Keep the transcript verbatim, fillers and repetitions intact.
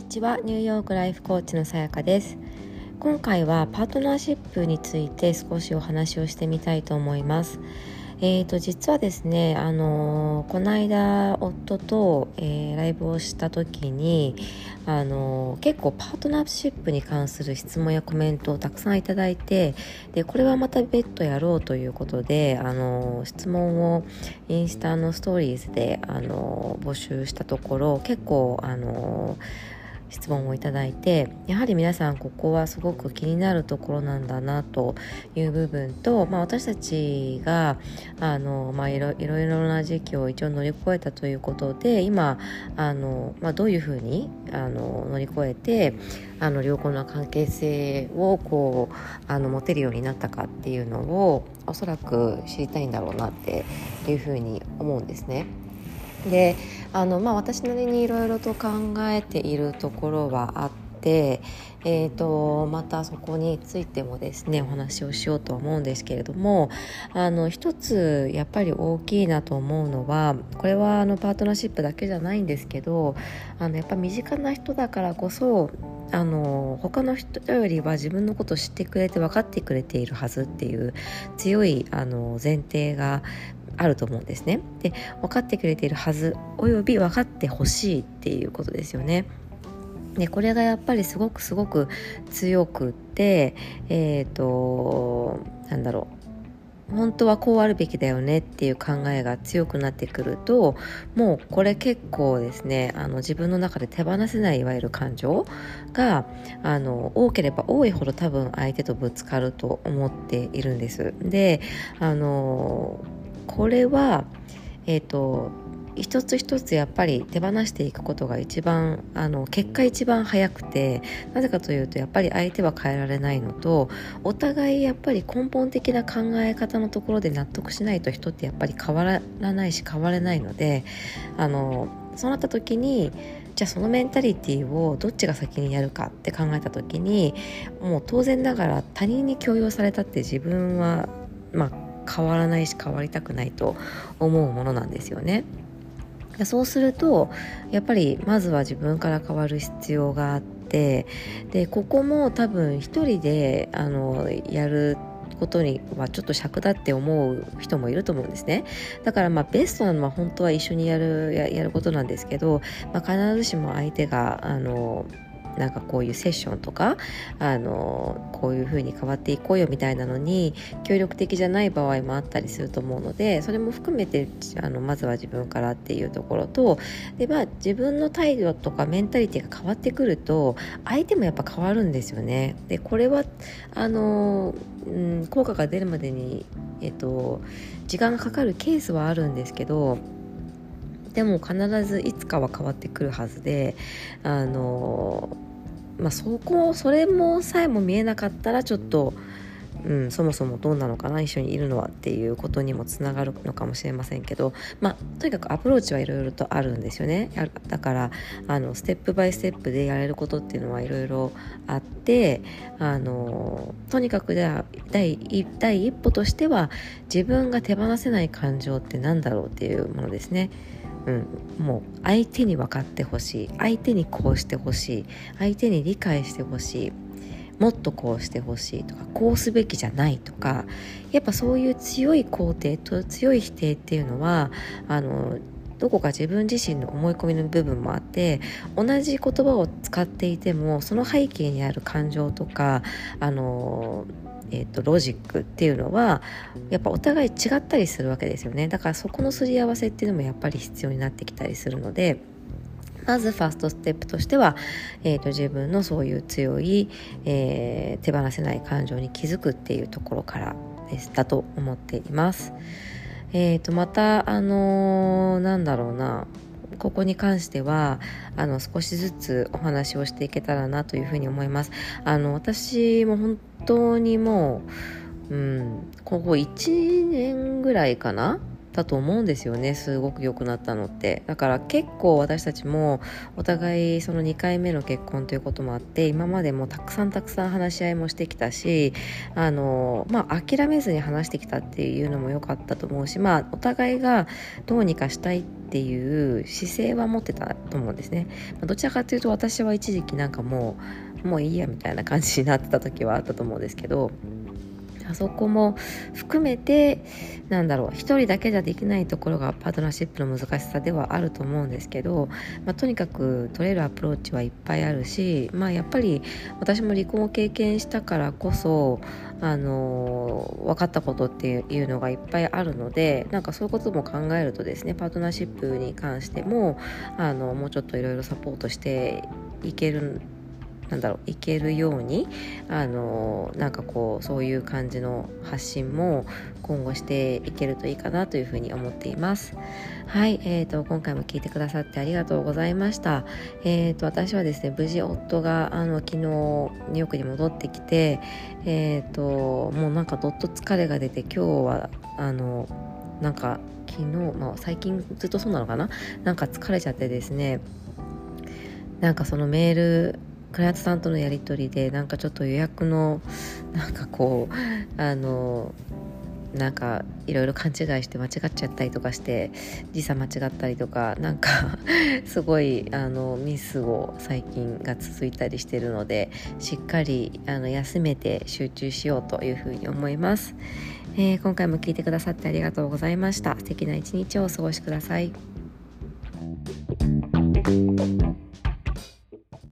ちは。ニューヨークライフコーチのさやかです。今回はパートナーシップについて少しお話をしてみたいと思います。えーと実はですね、あのー、この間夫と、えー、ライブをした時に、あのー、結構パートナーシップに関する質問やコメントをたくさんいただいて、でこれはまた別途やろうということで、あのー、質問をインスタのストーリーズで、あの募集したところ、結構あの質問をいただいて、やはり皆さんここはすごく気になるところなんだなという部分と、まあ、私たちがあの、まあ、いろいろいろな時期を一応乗り越えたということで、今あの、まあ、どういうふうにあの乗り越えてあの良好な関係性をこうあの持てるようになったかっていうのをおそらく知りたいんだろうなっていうふうに思うんですね。であの、まあ、私なりにいろいろと考えているところはあって、えーと、またそこについてもですねお話をしようと思うんですけれども、あの一つやっぱり大きいなと思うのは、これはあのパートナーシップだけじゃないんですけど、あのやっぱ身近な人だからこそあの他の人よりは自分のことを知ってくれて分かってくれているはずっていう強いあの前提があると思うんですね。で分かってくれているはずおよび分かってほしいっていうことですよね。でこれがやっぱりすごくすごく強くってえっとなんだろう本当はこうあるべきだよねっていう考えが強くなってくると、もうこれ結構ですね、あの自分の中で手放せないいわゆる感情があの多ければ多いほど多分相手とぶつかると思っているんです。であのこれはえっと一つ一つやっぱり手放していくことが一番あの結果一番早くて、なぜかというとやっぱり相手は変えられないのと、お互いやっぱり根本的な考え方のところで納得しないと人ってやっぱり変わらないし変われないので、あのそうなった時にじゃあそのメンタリティをどっちが先にやるかって考えた時に、もう当然ながら他人に強要されたって自分はまあ変わらないし変わりたくないと思うものなんですよね。そうするとやっぱりまずは自分から変わる必要があって、でここも多分一人であのやることにはちょっと尺だって思う人もいると思うんですね。だからまあベストなのは本当は一緒にやる や, やることなんですけど、まあ、必ずしも相手があのなんかこういうセッションとかあのこういう風に変わっていこうよみたいなのに協力的じゃない場合もあったりすると思うので、それも含めてあのまずは自分からっていうところと、で、まあ、自分の態度とかメンタリティが変わってくると相手もやっぱ変わるんですよね。でこれはあの、うん、効果が出るまでに、えっと、時間がかかるケースはあるんですけど、でも必ずいつかは変わってくるはずで、あのまあ、そこそれもさえも見えなかったらちょっと、うん、そもそもどうなのかな一緒にいるのはっていうことにもつながるのかもしれませんけど、まあ、とにかくアプローチはいろいろとあるんですよね。だからあのステップバイステップでやれることっていうのはいろいろあって、あのとにかく第第一歩としては自分が手放せない感情ってなんだろうっていうものですね。うん、もう相手に分かってほしい、相手にこうしてほしい、相手に理解してほしい、もっとこうしてほしいとか、こうすべきじゃないとか、やっぱそういう強い肯定と強い否定っていうのはあのどこか自分自身の思い込みの部分もあって、同じ言葉を使っていてもその背景にある感情とかあのえーと、ロジックっていうのはやっぱお互い違ったりするわけですよね。だからそこのすり合わせっていうのもやっぱり必要になってきたりするので、まずファーストステップとしては、えーと、自分のそういう強い、えー、手放せない感情に気づくっていうところからですだと思っています。えーと、またあのー、なんだろうなここに関してはあの少しずつお話をしていけたらなというふうに思います。あの私も本当にもう、うん、ここいちねんぐらいかなだと思うんですよね。すごく良くなったのって。だから結構私たちもお互いそのにかいめの結婚ということもあって、今までもたくさんたくさん話し合いもしてきたし、あのまあ諦めずに話してきたっていうのも良かったと思うし、まあお互いがどうにかしたいっっていう姿勢は持ってたと思うんですね。どちらかというと私は一時期なんかもうもういいやみたいな感じになってた時はあったと思うんですけど、あそこも含めてなんだろう一人だけじゃできないところがパートナーシップの難しさではあると思うんですけど、まあ、とにかく取れるアプローチはいっぱいあるし、まあ、やっぱり私も離婚を経験したからこそあの分かったことっていうのがいっぱいあるので、なんかそういうことも考えるとですね、パートナーシップに関してもあのもうちょっといろいろサポートしていけるなんだろういけるようにあのなんかこうそういう感じの発信も今後していけるといいかなというふうに思っています。はい、えーと今回も聞いてくださってありがとうございました。えーと私はですね、無事夫があの昨日ニューヨークに戻ってきて、えーともうなんかどっと疲れが出て、今日はあのなんか昨日、まあ、最近ずっとそうなのかな、なんか疲れちゃってですね、なんかそのメールクライアントさんとのやり取りでなんかちょっと予約のなんかこうあのなんかいろいろ勘違いして間違っちゃったりとかして時差間違ったりとかなんかすごいあのミスを最近が続いたりしているので、しっかりあの休めて集中しようというふうに思います。えー、今回も聞いてくださってありがとうございました。素敵な一日をお過ごしください。